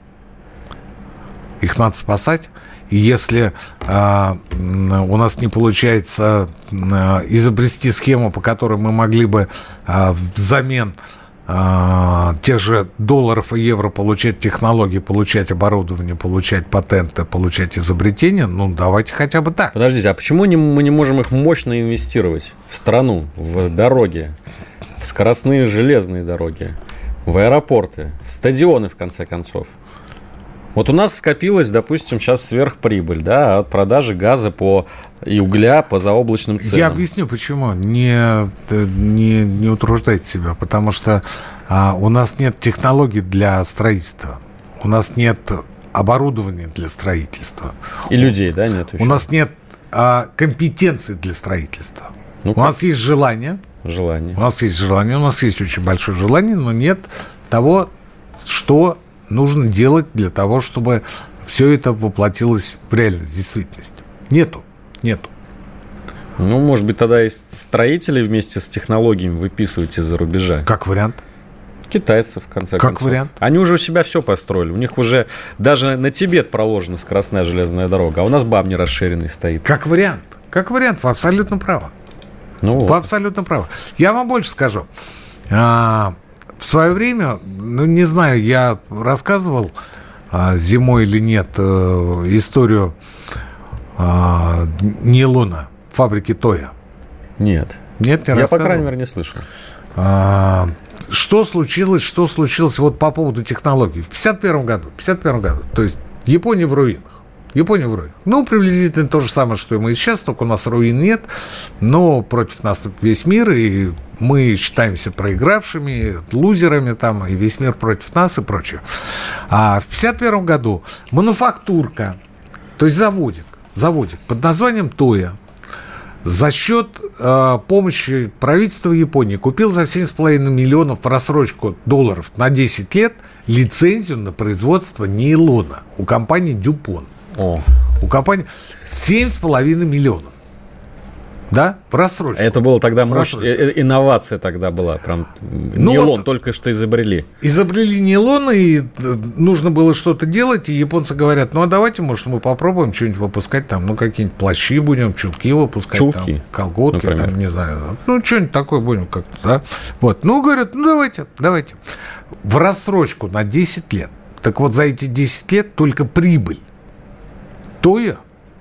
Speaker 3: Их надо спасать. И если э, у нас не получается э, изобрести схему, по которой мы могли бы э, взамен э, тех же долларов и евро получать технологии, получать оборудование, получать патенты, получать изобретения, ну, давайте хотя бы так.
Speaker 2: Подождите, а почему не, мы не можем их мощно инвестировать в страну, в дороги, в скоростные железные дороги, в аэропорты, в стадионы, в конце концов? Вот у нас скопилась, допустим, сейчас сверхприбыль, да, от продажи газа по, и угля по заоблачным ценам.
Speaker 3: Я объясню, почему. Не, не, не утруждайте себя, потому что а, у нас нет технологий для строительства, у нас нет оборудования для строительства.
Speaker 2: И людей, да, нет еще?
Speaker 3: У нас нет а, компетенций для строительства.
Speaker 2: Ну,
Speaker 3: у как? нас есть желание.
Speaker 2: Желание.
Speaker 3: У нас есть желание, у нас есть очень большое желание, но нет того, что нужно делать для того, чтобы все это воплотилось в реальность, в действительность. Нету, нету.
Speaker 2: Ну, может быть, тогда и строители вместе с технологиями выписываете из-за рубежа.
Speaker 3: Как вариант.
Speaker 2: Китайцев, в конце
Speaker 3: как
Speaker 2: концов.
Speaker 3: Как вариант.
Speaker 2: Они уже у себя все построили. У них уже даже на Тибет проложена скоростная железная дорога, а у нас БАМ не расширенный стоит.
Speaker 3: Как вариант. Как вариант. Вы абсолютно правы.
Speaker 2: Ну,
Speaker 3: Вы
Speaker 2: вот.
Speaker 3: абсолютно правы. Я вам больше скажу. А- В свое время, ну, не знаю, я рассказывал а, зимой или нет а, историю а, нейлона, фабрики Тоя.
Speaker 2: Нет.
Speaker 3: Нет, не
Speaker 2: я,
Speaker 3: рассказывал?
Speaker 2: по крайней мере, не слышал.
Speaker 3: А, что случилось, что случилось вот по поводу технологий? В пятьдесят первом году, в пятьдесят первом году, то есть Япония в руинах. Япония в руинах. Ну, приблизительно то же самое, что и мы сейчас, только у нас руин нет, но против нас весь мир, и мы считаемся проигравшими, лузерами там, и весь мир против нас и прочее. А в пятьдесят первом году мануфактурка, то есть заводик, заводик под названием Тоя, за счет э, помощи правительства Японии купил за семь с половиной миллионов в рассрочку долларов на десять лет лицензию на производство нейлона у компании Дюпон.
Speaker 2: О.
Speaker 3: У компании семь с половиной миллионов. Да? В рассрочку.
Speaker 2: Это было тогда мощная инновация тогда была. Прям ну нейлон вот, только что изобрели.
Speaker 3: Изобрели нейлон, и нужно было что-то делать, и японцы говорят, ну а давайте, может, мы попробуем что-нибудь выпускать, там, ну какие-нибудь плащи будем, чулки выпускать,
Speaker 2: чулки,
Speaker 3: там, колготки,
Speaker 2: например.
Speaker 3: Там, не знаю, ну что-нибудь такое будем как-то, да? Вот, ну говорят, ну давайте, давайте. В рассрочку на десять лет. Так вот, за эти десять лет только прибыль Тоя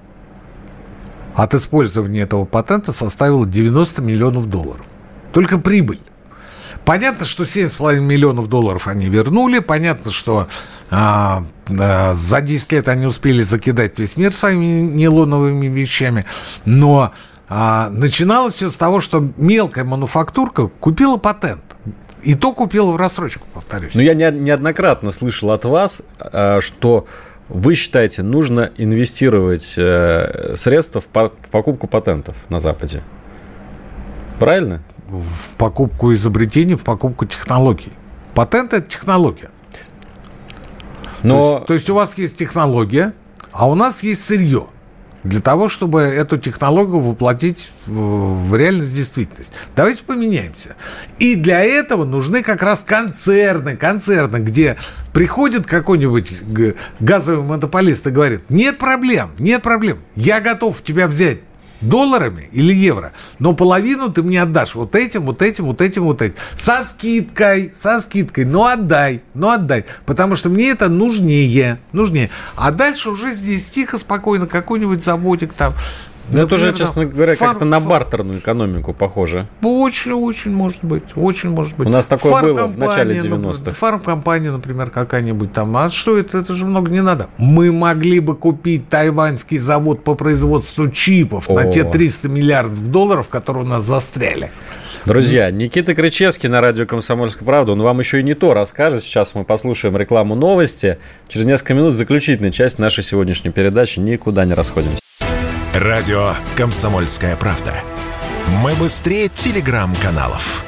Speaker 3: от использования этого патента составила девяносто миллионов долларов. Только прибыль. Понятно, что семь с половиной миллионов долларов они вернули. Понятно, что а, а, за десять лет они успели закидать весь мир своими нейлоновыми вещами. Но а, начиналось все с того, что мелкая мануфактурка купила патент. И то купила в рассрочку, повторюсь.
Speaker 2: Но я неоднократно слышал от вас, что вы считаете, нужно инвестировать э, средства в, по- в покупку патентов на Западе. Правильно?
Speaker 3: В покупку изобретений, в покупку технологий. Патент – это технология.
Speaker 2: Но...
Speaker 3: То есть, то есть у вас есть технология, а у нас есть сырье для того, чтобы эту технологию воплотить в, в реальность, действительность. Давайте поменяемся. И для этого нужны как раз концерны, концерны, где приходит какой-нибудь газовый монополист и говорит: нет проблем, нет проблем, я готов тебя взять долларами или евро, но половину ты мне отдашь вот этим, вот этим, вот этим, вот этим. Со скидкой, со скидкой. Ну отдай, ну отдай. Потому что мне это нужнее, нужнее. А дальше уже здесь тихо, спокойно какой-нибудь заводик там.
Speaker 2: Ну, это уже, честно говоря, фар... как-то на бартерную экономику похоже.
Speaker 3: Очень-очень может быть. Очень может быть.
Speaker 2: У нас такое было в начале девяностых.
Speaker 3: Фармкомпания, например, какая-нибудь там. А что это? Это же много не надо. Мы могли бы купить тайваньский завод по производству чипов О. на те триста миллиардов долларов, которые у нас застряли.
Speaker 2: Друзья, Никита Кричевский на радио «Комсомольская правда». Он вам еще и не то расскажет. Сейчас мы послушаем рекламу, новости. Через несколько минут заключительная часть нашей сегодняшней передачи. Никуда не расходимся.
Speaker 1: Радио «Комсомольская правда». Мы быстрее телеграм-каналов.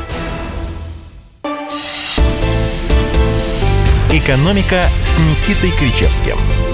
Speaker 1: «Экономика» с Никитой Кричевским.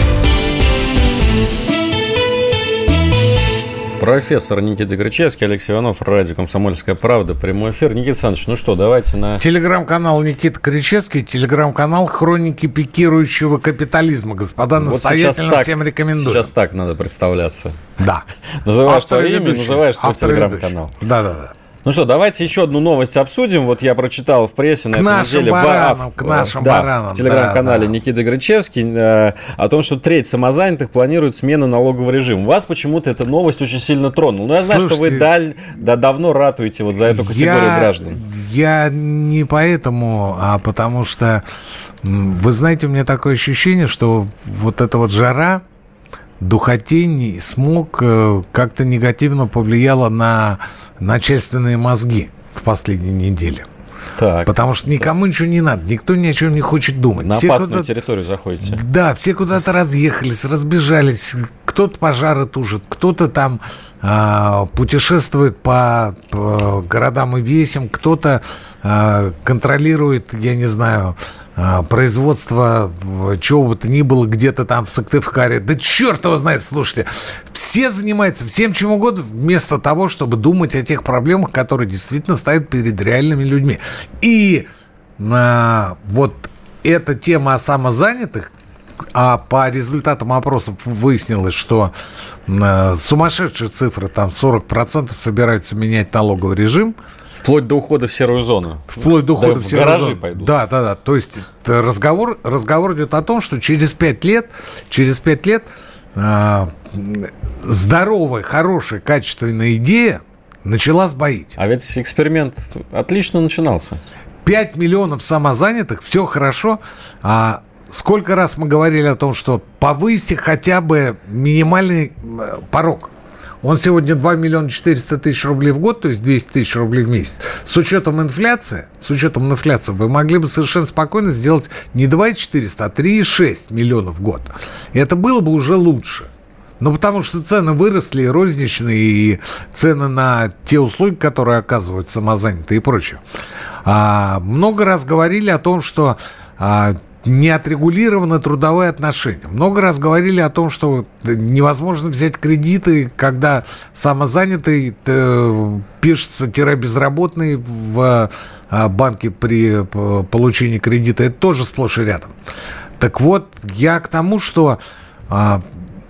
Speaker 2: Профессор Никита Кричевский, Алексей Иванов, радио «Комсомольская правда», прямой эфир. Никита Александрович, ну что, давайте на...
Speaker 3: Телеграм-канал Никита Кричевский, телеграм-канал «Хроники пикирующего капитализма». Господа, вот настоятельно так, всем рекомендую.
Speaker 2: Сейчас так надо представляться.
Speaker 3: Да.
Speaker 2: Называешь свое имя, называешь свой телеграм-канал.
Speaker 3: Да-да-да.
Speaker 2: Ну что, давайте еще одну новость обсудим. Вот я прочитал в прессе на этой неделе
Speaker 3: баранам, в, к нашим
Speaker 2: да,
Speaker 3: баранам,
Speaker 2: в телеграм-канале
Speaker 3: да, да.
Speaker 2: Никиты Кричевский э, о том, что треть самозанятых планирует смену налогового режима. Вас почему-то эта новость очень сильно тронула. Ну, я знаю, Слушайте, что вы даль, да, давно ратуете вот за эту категорию
Speaker 3: я,
Speaker 2: граждан.
Speaker 3: Я не поэтому, а потому что, вы знаете, у меня такое ощущение, что вот эта вот жара, духотень и смог как-то негативно повлияло на начальственные мозги в последние недели.
Speaker 2: Так.
Speaker 3: Потому что никому ничего не надо, никто ни о чем не хочет думать.
Speaker 2: На
Speaker 3: все
Speaker 2: опасную
Speaker 3: куда-то...
Speaker 2: территорию заходите.
Speaker 3: Да, все куда-то разъехались, разбежались. Кто-то пожары тужит, кто-то там а, путешествует по, по городам и весям, кто-то а, контролирует, я не знаю... производство чего бы то ни было где-то там в Сыктывкаре. Да черт его знает, слушайте. Все занимаются всем чем угодно вместо того, чтобы думать о тех проблемах, которые действительно стоят перед реальными людьми. И а, вот эта тема о самозанятых, а по результатам опросов выяснилось, что а, сумасшедшие цифры, там сорок процентов собираются менять налоговый режим.
Speaker 2: Вплоть до ухода в серую зону.
Speaker 3: Вплоть до ухода
Speaker 2: да,
Speaker 3: в серую зону.
Speaker 2: Пойдут.
Speaker 3: Да, да, да. То есть разговор, разговор идет о том, что через пять лет, через пять лет э, здоровая, хорошая, качественная идея начала сбоить.
Speaker 2: А ведь эксперимент отлично начинался.
Speaker 3: пять миллионов самозанятых, все хорошо. А сколько раз мы говорили о том, что повысьте хотя бы минимальный порог. Он сегодня два миллиона четыреста тысяч рублей в год, то есть двести тысяч рублей в месяц. С учетом инфляции, с учетом инфляции, вы могли бы совершенно спокойно сделать не два четыреста, а три шесть миллионов в год. И это было бы уже лучше. Ну, потому что цены выросли, и розничные, и цены на те услуги, которые оказывают самозанятые и прочее. А, много раз говорили о том, что... А, не отрегулированы трудовые отношения. Много раз говорили о том, что невозможно взять кредиты, когда самозанятый э, пишется-безработный в э, банке при э, получении кредита. Это тоже сплошь и рядом. Так вот, я к тому, что э,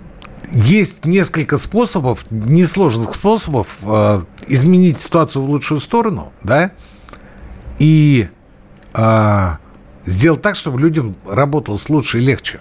Speaker 3: есть несколько способов, несложных способов э, изменить ситуацию в лучшую сторону, да, и... Э, сделать так, чтобы людям работалось лучше и легче.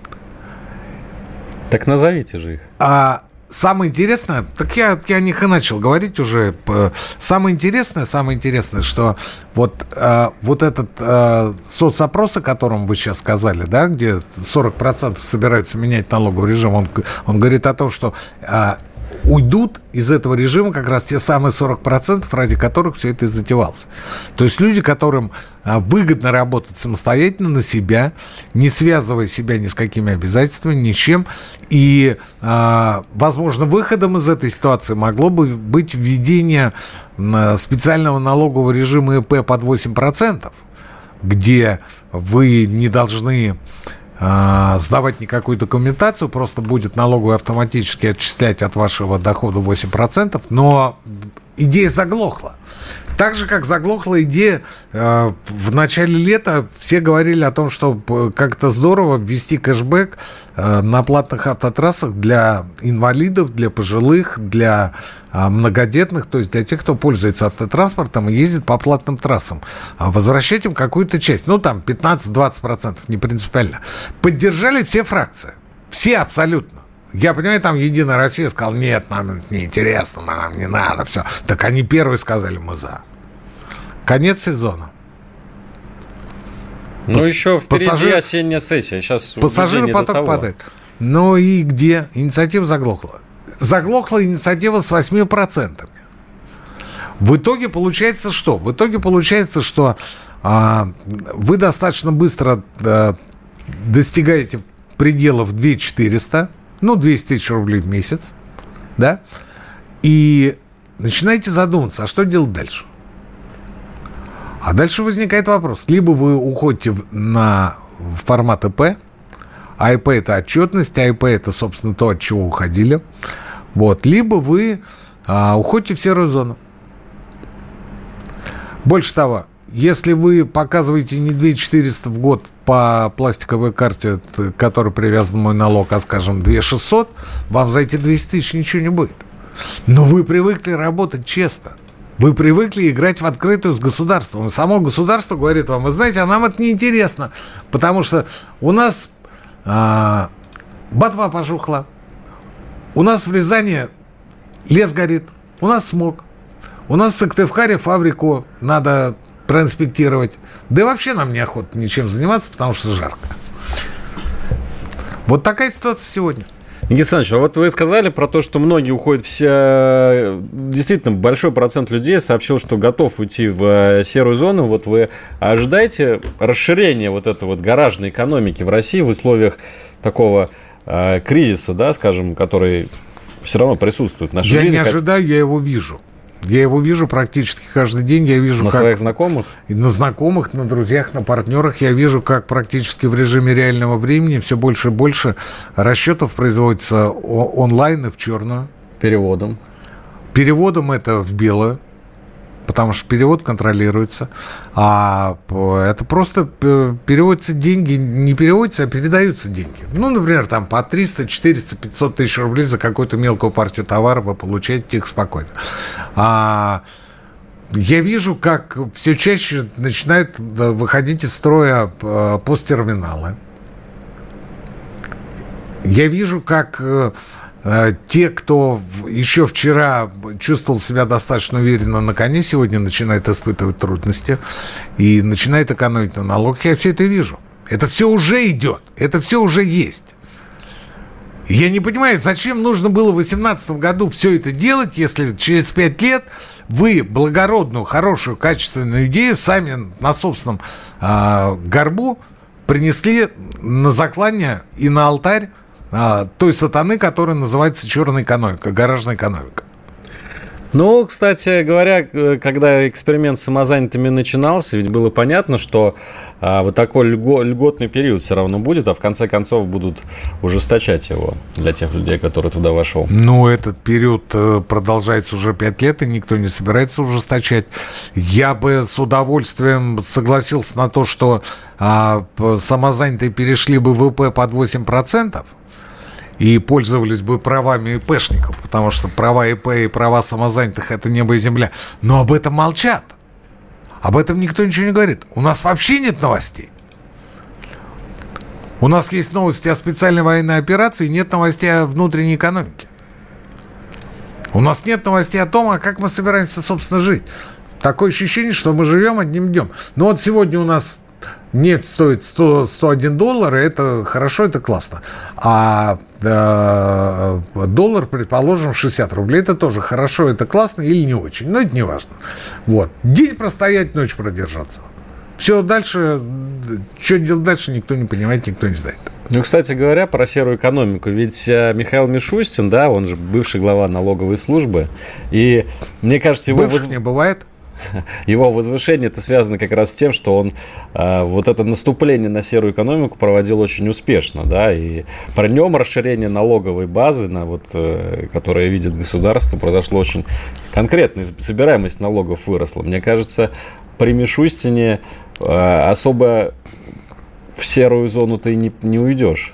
Speaker 2: Так назовите же их.
Speaker 3: А самое интересное, так я, я о них и начал говорить уже. Самое интересное, самое интересное, что вот, а, вот этот а, соцопрос, о котором вы сейчас сказали, да, где сорок процентов собираются менять налоговый режим, он, он говорит о том, что а, уйдут из этого режима как раз те самые сорок процентов, ради которых все это и затевалось. То есть люди, которым а, выгодно работать самостоятельно на себя, не связывая себя ни с какими обязательствами, ни с чем. И, а, возможно, выходом из этой ситуации могло бы быть введение а, специального налогового режима ИП под восемь процентов, где вы не должны... э, сдавать никакую документацию, просто будет налоговая автоматически отчислять от вашего дохода восемь процентов, но идея заглохла. Так же, как заглохла идея, э, в начале лета все говорили о том, что как-то здорово ввести кэшбэк э, на платных автотрассах для инвалидов, для пожилых, для э, многодетных, то есть для тех, кто пользуется автотранспортом и ездит по платным трассам. Возвращать им какую-то часть, ну там пятнадцать-двадцать процентов, не принципиально. Поддержали все фракции, все абсолютно. Я понимаю, там Единая Россия сказала, нет, нам это неинтересно, нам не надо, все. Так они первые сказали, мы за. Конец сезона.
Speaker 2: Ну, Пас- еще впереди
Speaker 3: пассажир...
Speaker 2: осенняя сессия. Сейчас
Speaker 3: пассажиропоток падает. Ну и где? Инициатива заглохла. Заглохла инициатива с восемь процентов. В итоге получается что? В итоге получается, что а, вы достаточно быстро а, достигаете пределов две тысячи четыреста, ну, двести тысяч рублей в месяц, да, и начинаете задумываться, а что делать дальше? А дальше возникает вопрос. Либо вы уходите на формат ИП, а ИП – это отчетность, а ИП – это, собственно, то, от чего уходили, вот, либо вы а, уходите в серую зону. Больше того, если вы показываете не две тысячи четыреста в год по пластиковой карте, к которой привязан мой налог, а, скажем, две тысячи шестьсот, вам за эти двести тысяч ничего не будет. Но вы привыкли работать честно. Вы привыкли играть в открытую с государством. И само государство говорит вам, вы знаете, а нам это неинтересно, потому что у нас а, ботва пожухла, у нас в Рязани лес горит, у нас смог, у нас в Сыктывкаре фабрику надо проинспектировать. Да и вообще нам неохота ничем заниматься, потому что жарко. Вот такая ситуация сегодня.
Speaker 2: Никита Александрович, а вот вы сказали про то, что многие уходят все... Действительно, большой процент людей сообщил, что готов уйти в серую зону. Вот вы ожидаете расширения вот этой вот гаражной экономики в России в условиях такого э, кризиса, да, скажем, который все равно присутствует в нашей
Speaker 3: жизни?
Speaker 2: Я
Speaker 3: не ожидаю, я его вижу. Я его вижу практически каждый день. Я вижу,
Speaker 2: на
Speaker 3: как...
Speaker 2: своих знакомых?
Speaker 3: На знакомых, на друзьях, на партнерах. Я вижу, как практически в режиме реального времени все больше и больше расчетов производится онлайн и в черную.
Speaker 2: Переводом?
Speaker 3: Переводом это в белую, потому что перевод контролируется. А это просто переводятся деньги, не переводятся, а передаются деньги. Ну, например, там по триста, четыреста, пятьсот тысяч рублей за какую-то мелкую партию товара вы получаете тихо, спокойно. А я вижу, как все чаще начинают выходить из строя посттерминалы. Я вижу, как те, кто еще вчера чувствовал себя достаточно уверенно на коне, сегодня начинает испытывать трудности и начинает экономить на налогах. Я все это вижу. Это все уже идет. Это все уже есть. Я не понимаю, зачем нужно было в две тысячи восемнадцатом году все это делать, если через пять лет вы благородную, хорошую, качественную идею сами на собственном э, горбу принесли на заклание и на алтарь а, той сатаны, которая называется черная экономика, гаражная экономика.
Speaker 2: Ну, кстати говоря, когда эксперимент с самозанятыми начинался, ведь было понятно, что а, вот такой льго, льготный период все равно будет, а в конце концов будут ужесточать его для тех людей, которые туда вошел. Ну,
Speaker 3: этот период продолжается уже пять лет, и никто не собирается ужесточать. Я бы с удовольствием согласился на то, что а, самозанятые перешли бы в ИП под восемь процентов, и пользовались бы правами ИПшников, потому что права ИП и права самозанятых – это небо и земля. Но об этом молчат. Об этом никто ничего не говорит. У нас вообще нет новостей. У нас есть новости о специальной военной операции, нет новостей о внутренней экономике. У нас нет новостей о том, а как мы собираемся, собственно, жить. Такое ощущение, что мы живем одним днем. Ну вот сегодня у нас нефть стоит сто, сто один доллар, и это хорошо, это классно. А э, доллар, предположим, шестьдесят рублей, это тоже хорошо, это классно или не очень, но это не важно. Вот. День простоять, ночь продержаться. Все дальше, что делать дальше, никто не понимает, никто не знает.
Speaker 2: Ну, кстати говоря, про серую экономику. Ведь Михаил Мишустин, да, он же бывший глава налоговой службы, и мне кажется, его...
Speaker 3: Бывших воз... не бывает.
Speaker 2: его возвышение это связано как раз с тем, что он э, вот это наступление на серую экономику проводил очень успешно, да, и при нем расширение налоговой базы, на вот, э, которое видит государство, произошло очень конкретно, собираемость налогов выросла. Мне кажется, при Мишустине э, особо в серую зону ты не, не уйдешь.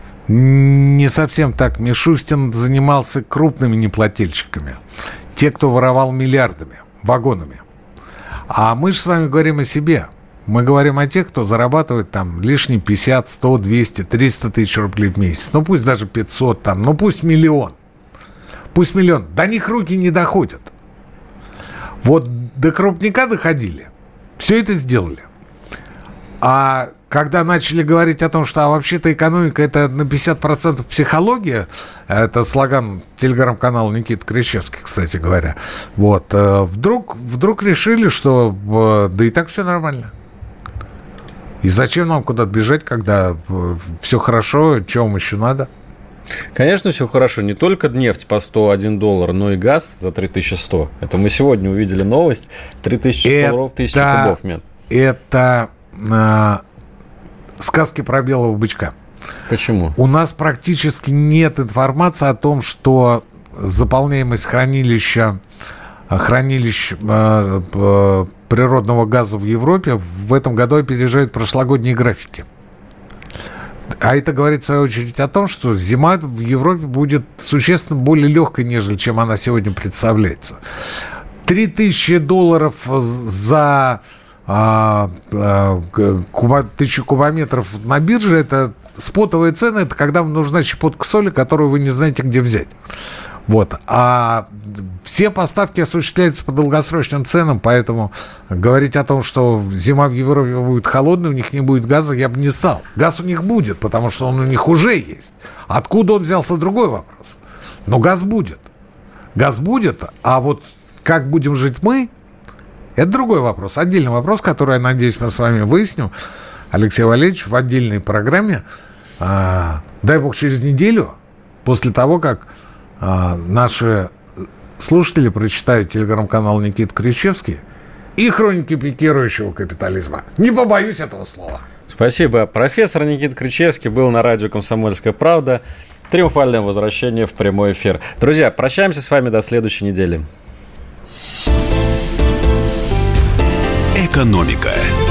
Speaker 3: Не совсем так. Мишустин занимался крупными неплательщиками. Те, кто воровал миллиардами, вагонами. А мы же с вами говорим о себе. Мы говорим о тех, кто зарабатывает там лишние пятьдесят, сто, двести, триста тысяч рублей в месяц. Ну пусть даже пятьсот, там, ну пусть миллион. Пусть миллион. До них руки не доходят. Вот до крупника доходили. Все это сделали. А когда начали говорить о том, что а вообще-то экономика это на пятьдесят процентов психология, это слоган телеграм-канала Никиты Кричевский, кстати говоря, вот, вдруг, вдруг решили, что да и так все нормально. И зачем нам куда-то бежать, когда все хорошо, чего вам еще надо?
Speaker 2: Конечно, все хорошо. Не только нефть по сто один доллар, но и газ за три тысячи сто. Это мы сегодня увидели новость. три тысячи долларов, тысяча кубов мед.
Speaker 3: Это э, сказки про белого бычка.
Speaker 2: Почему?
Speaker 3: У нас практически нет информации о том, что заполняемость хранилища, хранилищ э, э, природного газа в Европе в этом году опережает прошлогодние графики. А это говорит, в свою очередь, о том, что зима в Европе будет существенно более легкой, нежели чем она сегодня представляется. три тысячи долларов за а, а, куба, тысячу кубометров на бирже – это спотовые цены, это когда вам нужна щепотка соли, которую вы не знаете, где взять. Вот. А все поставки осуществляются по долгосрочным ценам, поэтому говорить о том, что зима в Европе будет холодной, у них не будет газа, я бы не стал. Газ у них будет, потому что он у них уже есть. Откуда он взялся, другой вопрос. Но газ будет. Газ будет, а вот как будем жить мы, это другой вопрос. Отдельный вопрос, который, я надеюсь, мы с вами выясним, Алексей Валерьевич, в отдельной программе. А, дай бог, через неделю, после того, как а, наши слушатели прочитают телеграм-канал Никиты Кричевский и хроники пикирующего капитализма. Не побоюсь этого слова.
Speaker 2: Спасибо. Профессор Никита Кричевский был на радио «Комсомольская правда». Триумфальное возвращение в прямой эфир. Друзья, прощаемся с вами до следующей недели.
Speaker 1: Экономика.